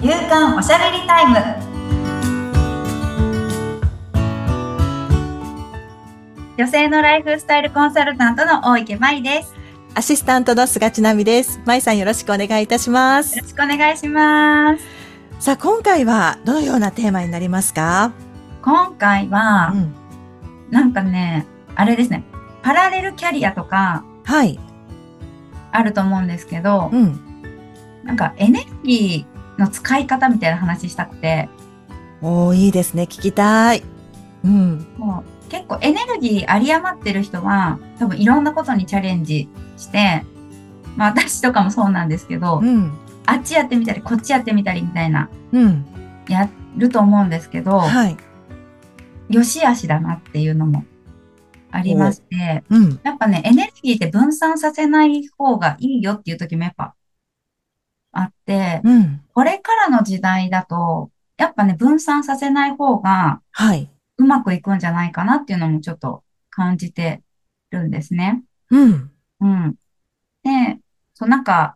夕刊おしゃべりタイム。女性のライフスタイルコンサルタントの大池舞です。 アシスタントの菅千奈美です。舞さんよろしくお願いいたします。 よろしくお願いします。 さあ今回はどのようなテーマになりますか？ 今回は、なんかね、あれですね、パラレルキャリアとかはい。 あると思うんですけど、 うん。 なんかエネルギーの使い方みたいな話したくて、 いいですね。聞きたい。うん。 もう結構エネルギー有り余ってる人は多分いろんなことにチャレンジして、まあ私とかもそうなんですけど、 うん。 あっちやってみたりこっちやってみたりみたいなうん。 やると思うんですけど、 はい。 良し悪しだなっていうのもありまお、 して、 うん。 やっぱね、エネルギーって分散させない方がいいよっていう時もやっぱあって、 うん。 これからの時代だと、やっぱね、分散させない方がはい。 うまくいくんじゃないかなっていうのもちょっと感じてるんですね。 うん。 うん。で、なんか、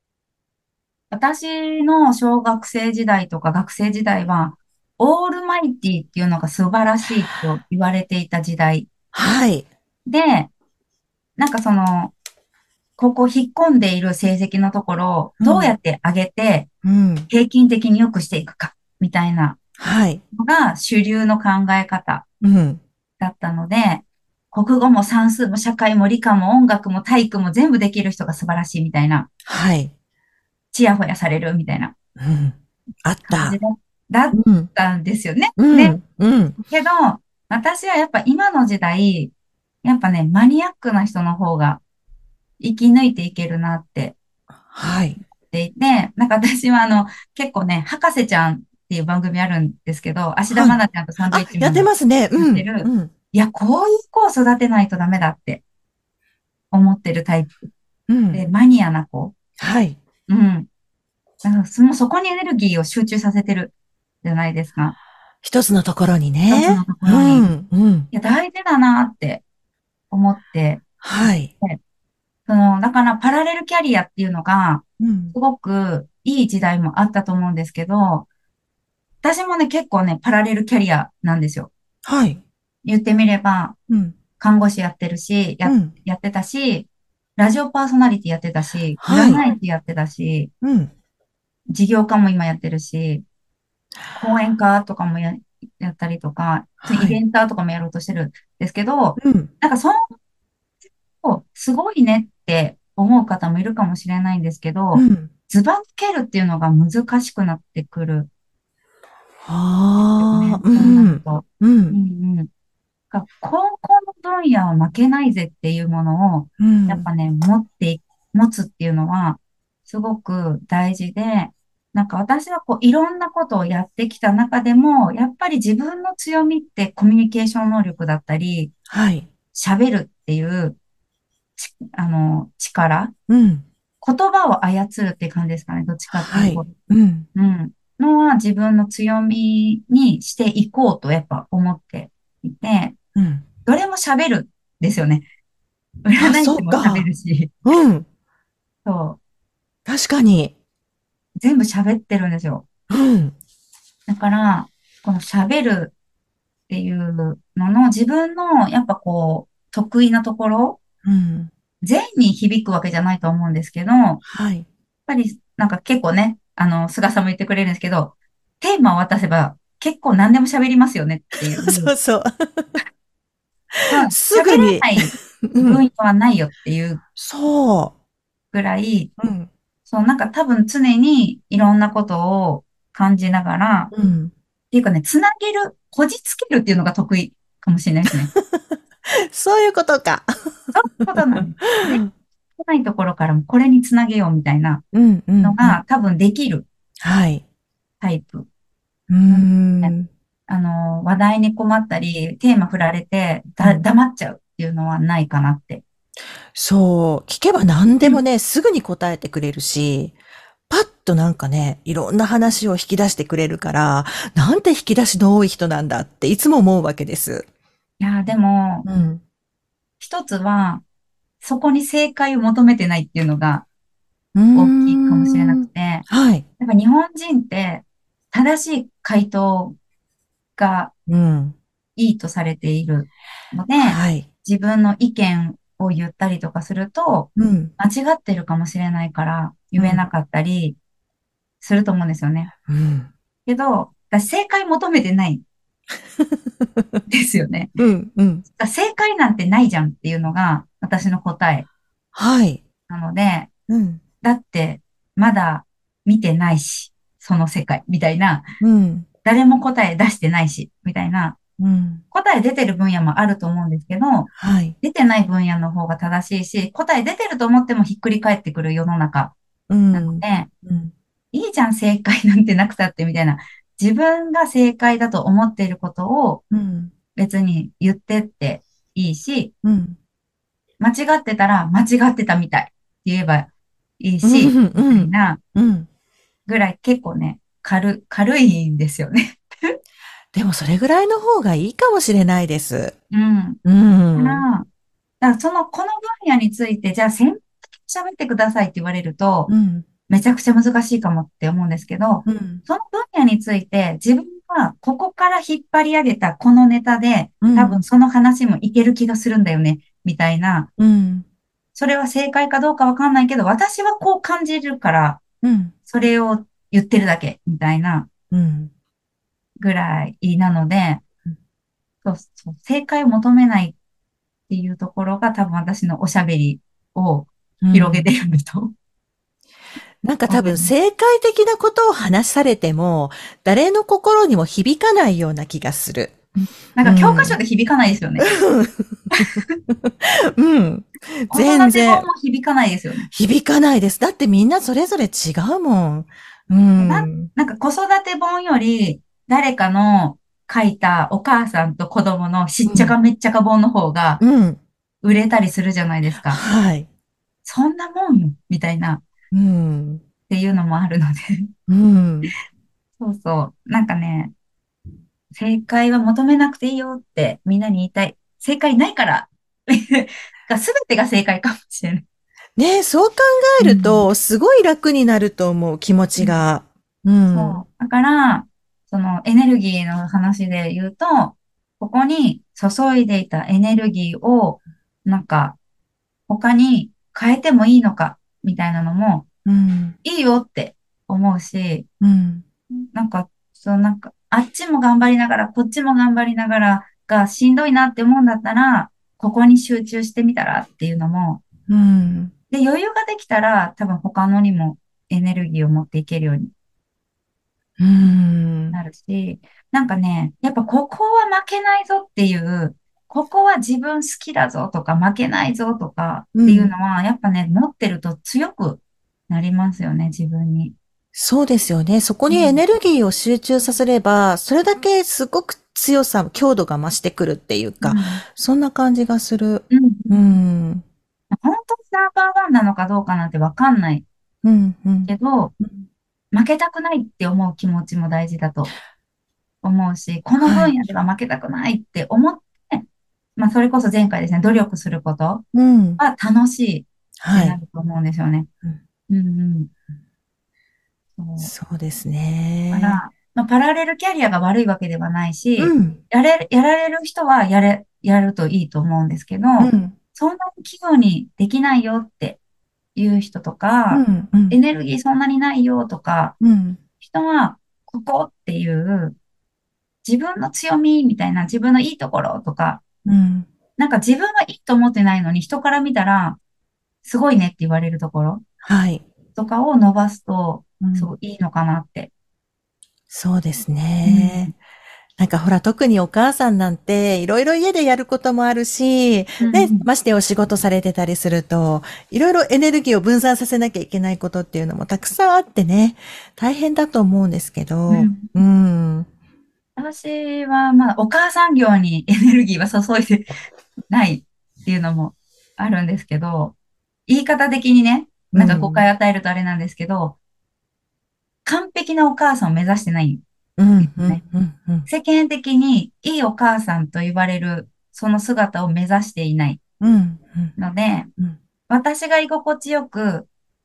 私の小学生時代とか学生時代は、オールマイティっていうのが素晴らしいと言われていた時代はい。 で、なんかここ引っ込んでいる成績のところをうん。 どうやって上げてうん。 平均的に良くしていくか、みたいなはい。 のが主流の考え方うん。 だったので、国語も算数も社会も理科も音楽も体育も全部できる人が素晴らしいみたいな、 はい。 ちやほやされるみたいなうん。あった。 感じだっうん。 たんですよね。で、 うん。うん。 けど、私はやっぱ今の時代、やっぱね、マニアックな人の方が生き抜いていけるなってはい。 ていて、なんか私は結構ね、博士ちゃんっていう番組あるんですけど、芦田はい。 愛菜ちゃんとサンドイあ、やっッチマンでてますね。うん。 やってる、 うん。 いや、こういう子を育てないとダメだって思ってるタイプうん。 で、マニアな子。 はい。 うん。だからもうそこにエネルギーを集中させてるじゃないですか。 一つのところにね。 一つのとこうろに。いん。うん。 や、大事だなって思っていて、 はい。 だからパラレルキャリアっていうのが、 うん。 すごくいい時代もあったと思うんですけど、私もね、結構ね、パラレルキャリアなんですよ。 はい。 言ってみれば、 うん。 看護師やってるし、 うん。 やってたし、ラジオパーソナリティやってたし、占はい。 い師やってたし、 うん。 事業家も今やってるし、講演家とかもやったりとか、イはい。 ベンターとかもやろうとしてるんですけど、 うん。 なんかすごいねって思う方もいるかもしれないんですけど、 うん。 ずば抜けるっていうのが難しくなってくるんですよね。 はあ、うそうなるん。 と。 うん。 うんうん。高校の分野は負けないぜっていうものを、 うん。 やっぱね、持つっていうのは、すごく大事で、なんか私はこう、いろんなことをやってきた中でも、やっぱり自分の強みってコミュニケーション能力だったり、 はい。 喋るっていう力、 うん。 言葉を操るっていう感じですかね。どっちかっていうと。 はい。うん。 うん。のは自分の強みにしていこうとやっぱ思っていて、 うん。 どれも喋るですよね。 あ、 占いそ師も喋うか。 るし、 うん。 そう、 確かに。 全部喋ってるんですよ。 うん。 だから、この喋るっていうのの自分のやっぱこう、得意なところ、 うん。 全に響くわけじゃないと思うんですけど、やっはい。 ぱりなんか結構ね、菅さんも言ってくれるんですけど、テーマを渡せば結構何でも喋りますよねっていう、 そうそう。 まあ、喋れすぐに。 ないうん。 分野はないよっていうそぐらい、 う。うん。 そう、なんか多分常にいろんなことを感じながら、 うん。 っていうかね、つなげる、こじつけるっていうのが得意かもしれないですね。 そういうことか。 そういうことなんです。で、ないところからもこれにつなげようみたいなうん。うん。うん。 のが多分できるはい。 タイプうーなので、 ん。 話題に困ったり、テーマ振られて、 うん。 黙っちゃうっていうのはないかなって。 そう。聞けば何うん。 でもね、すぐに答えてくれるし、パッとなんかね、いろんな話を引き出してくれるから、なんて引き出しの多い人なんだっていつも思うわけです。 いやー、でも、 うん。 一つは、そこに正解を求めてないっていうのがうー大きいかもしれなくん。 て、やはい。 っぱ日本人って正しい回答がうん。 いいとされているので、 はい。 自分の意見を言ったりとかすると、 うん。 間違ってるかもしれないからうん。 言えなかったりすると思うんですよね。 うん。 けど、私正解求めてないんですよね。 うん。うん。 正解なんてないじゃんっていうのが私の答えはい。 なので、 うん。 だってまだ見てないし、その世界みたいな、 うん。 誰も答え出してないし、みたいな、 うん。 答え出てる分野もあると思うんですけど、 はい。 出てない分野の方が正しいし、答え出てると思ってもひっくり返ってくる世の中うなのん。 で、 うん。 いいじゃん正解なんてなくたってみたいな、自分が正解だと思っていることをうん。 別に言ってっていいし、 うん。 間違ってたら間違ってたみたいって言えばいいうん。 し、みたうん。 いなうん。 ぐらい結構ね、軽いんですよね。 でもそれぐらいの方がいいかもしれないです。 うん。 うん。 だからこの分野について、じゃあ喋ってくださいって言われると、 うん。 めちゃくちゃ難しいかもって思うんですけど、 うん。 その分野について自分はここから引っ張り上げたこのネタで、 うん。 多分その話もいける気がするんだよね、みたいな。 うん。 それは正解かどうかわかんないけど、私はこう感じるから、 うん。 それを言ってるだけ、みたいなうん。 ぐらいなので、正解を求めないっていうところが多分私のおしゃべりをうん。 広げてるんだとなんか多分思います。 正解的なことを話されても、誰の心にも響かないような気がする。 なんか教科書うん。 で響かないですよね。 うん。 子育て本全然も響かないですよね。 響かないです。だってみんなそれぞれ違うもん。うな、 ん。 なんか子育て本より誰かの書いたお母さんと子供のしっうん。 ちゃかめっちゃか本の方がうん。 売れたりするじゃないですか。 はい。 そんなもんよ、みたいなうん。 っていうのもあるので。 うん。 そうそう。なんかね、正解は求めなくていいよってみんなに言いたい。正解ないからが全てが正解かもしれない。 ねえ、そう考えうん。 ると、すごい楽になると思う、気持うん。 ちが。うん。 そう。だから、そのエネルギーの話で言うと、ここに注いでいたエネルギーを、なんか、他に変えてもいいのか、みたいなのも、 うん。 いいよって思うし、 うん。 なんか、あっちも頑張りながら、こっちも頑張りながらがしんどいなって思うんだったら、ここに集中してみたらっていうのも、 うん。 で、余裕ができたら、多分他のにもエネルギーを持っていけるようにうん。 なるし、なんかね、やっぱここは負けないぞっていう、ここは自分好きだぞとか負けないぞとかっていううん。 のは、やっぱね、持ってると強くなりますよね、自分に。 そうですよね。そこにエうん。 ネルギーを集中させれば、それだけすごく強さ、強度が増してくるっていうか、 うん。 そんな感じがする。 うん。 うん。 本当にナンバーワンなのかどうかなんてわかんないうん。うん。 けど、 うん。 負けたくないって思う気持ちも大事だと思うし、このはい。 分野では負けたくないって思って、まあ、それこそ前回ですね、努力することはうん。 楽しいってはい。 なると思うんですよね。 うん。 うんうん。そう。 そうですね。 だから、まあ、パラレルキャリアが悪いわけではないし、 うん。 やられる人はやるといいと思うんですけど、 うん。 そんなに器用にできないよっていう人とか、 うん。うん。 エネルギーそんなにないよとか、 うん。 人は、ここっていう自分の強みみたいな自分のいいところとか、 うん。 なんか自分がいいと思ってないのに人から見たら、すごいねって言われるところはい。 とかを伸ばすと、 うん。 すごいいいのかなって。 そうですうん。 ね。なんかほら、特にお母さんなんて、いろいろ家でやることもあるし、ね、 うん。 ましてお仕事されてたりすると、いろいろエネルギーを分散させなきゃいけないことっていうのもたくさんあってね、大変だと思うんですけど、 うん。 うん、 私は、まあ、お母さん業にエネルギーは注いでないっていうのもあるんですけど、言い方的にね、なんか誤うん、 解を与えるとあれなんですけど、完璧なお母さんを目指してないんうん、うん、 ですね。 うん、うん、 世間的にいいお母さんと言われる、その姿を目指していないうん、 ので、 うん、 私が居心地よく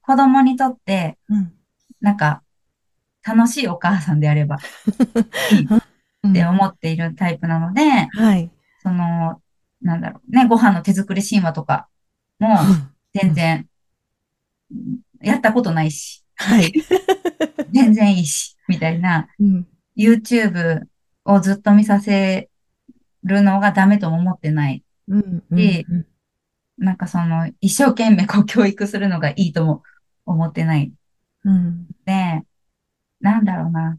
子供にとって、 うん。 なんか、楽しいお母さんであればいいっうん。 て思っているタイプなので、 はい。 その、なんだろうね、ご飯の手作り神話とかも、 うん。 全然、やったことないし、 はい。 全然いいし、みたいな、 うん。 YouTube をずっと見させるのがダメとも思ってないうん。うん。 し、 うん。 なんか一生懸命教育するのがいいとも思ってないうん。 で、なんだろうな、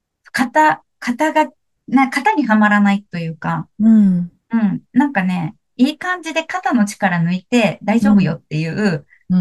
型にはまらないというか、 うん。 うん、なんかね、いい感じで肩の力抜いて大丈夫ようん。 っていううん。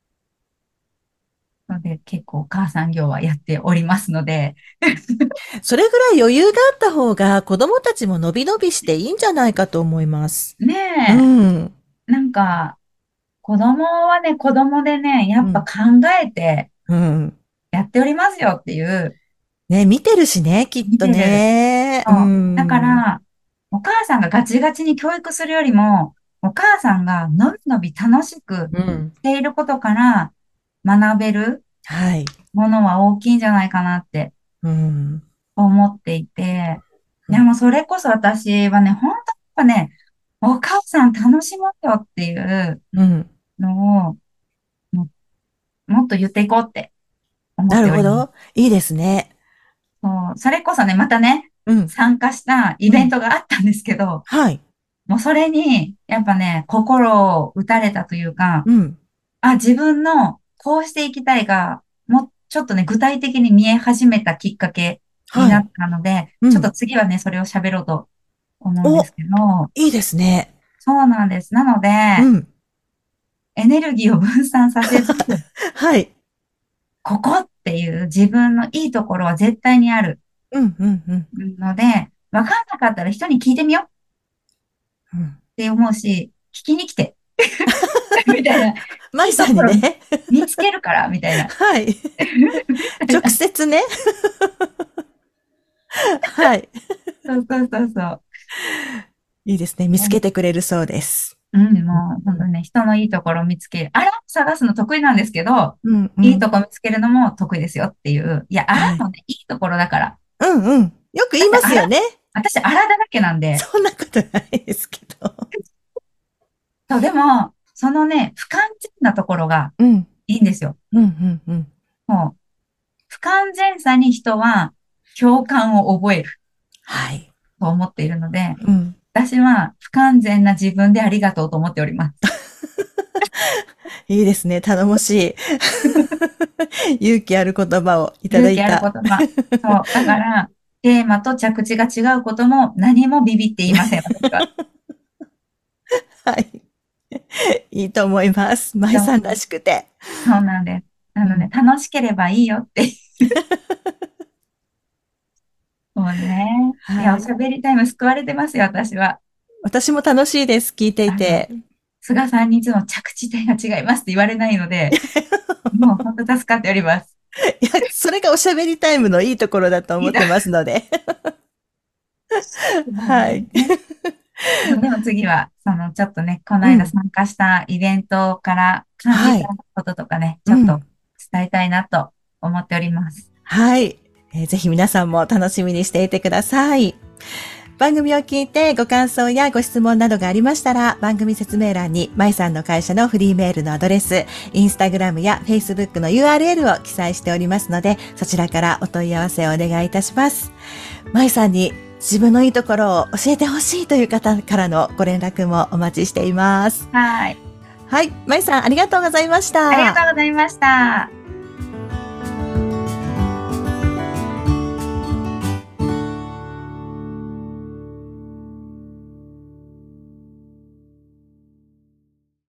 ので、結構お母さん業はやっておりますので、 それぐらい余裕があった方が子供たちも伸び伸びしていいんじゃないかと思います。うねん。 え、なんか、子供はね、子供でね、やうん。 っぱ考えてうん。 やっておりますよっていう、 ね、見てるしね、きっと見てる。 ね。うそう。だかん。 ら、お母さんがガチガチに教育するよりも、お母さんがのびのび楽しくうん。 していることから学べるはい。 ものは大きいんじゃないかなってうん。 思っていて、 うん。 でもそれこそ私はね、本当やっぱね、お母さん楽しもうよっていううん。 のをも、もっと言っていこうって思っなております。 るほど。いいですね。 そう、それこそね、またね、 うん。 参加したイうん。 ベントがあったんですけど、 はい。 もうそれに、やっぱね、心を打たれたというか、 うん。 あ、自分のこうしていきたいが、もうちょっとね、具体的に見え始めたきっかけにはい。 なったので、ちょっとうん。 次はね、それを喋ろうと思うんでお、 すけど、 いいですね。 そうなんです。なので、 うん。 エネルギーを分散させず、 はい。 ここっていう自分のいいところは絶対にあるうん、うん、うん。 ので、わかんなかったら人に聞いてみようっうん。 て思うし、聞きに来て、みたいな、い舞さいところんにね。 見つけるから、みたいな。 はい。直接ね。はい。 そうそうそうそう。 いいですね。見つけてくれるそうです。 うん、 うん、 もう、本当にね、人のいいところを見つける。あら探すの得意なんですけど、 うん、うん。 いいとこ見つけるのも得意ですよっていう。いや、あらはい。 もね、いいところだから。 うん、うん。よく言いまだってすよね。 私、あらだらけなんで。 そんなことないですけど。 そう、でも、そのね、不完全なところがうん、 いいんですよ。 うん、うん、うん。 もう、不完全さに人は共感を覚えるはい。 と思っているので、 うん。 私は不完全な自分でありがとうと思っております。 いいですね。頼もしい。勇気ある言葉をいただ勇気あるいた。 言葉。そう。だから、テーマと着地が違うことも何もビビっていません、私は。 はい。いいと思います。舞さんらそうしくて。 そうなんです。なので、 うん。 楽しければいいよって。もうね。いや、おしはい。 ゃべりタイム救われてますよ、私は。 私も楽しいです。聞いていあの、 て。 菅さんにいつも着地点が違いますって言われないので、もう本当助かっております。 いや、それがおしゃべりタイムのいいところだといいな。 思ってますので。 もうはい。 ね。そうでも次は、ちょっとね、このうん。 間参加したイベントから感じたはい。 こととかね、ちょっとうん。 伝えたいなと思っております。 はい。ぜひ皆さんも楽しみにしていてください。番組を聞いてご感想やご質問などがありましたら、番組説明欄にまいさんの会社のフリーメールのアドレス、インスタグラムやフェイスブックの URL を記載しておりますので、そちらからお問い合わせをお願いいたします。まいさんに自分のいいところを教えてほしいという方からのご連絡もお待ちしています。 はい。 はい。まいさんありがとうございましありがとた。 うございました。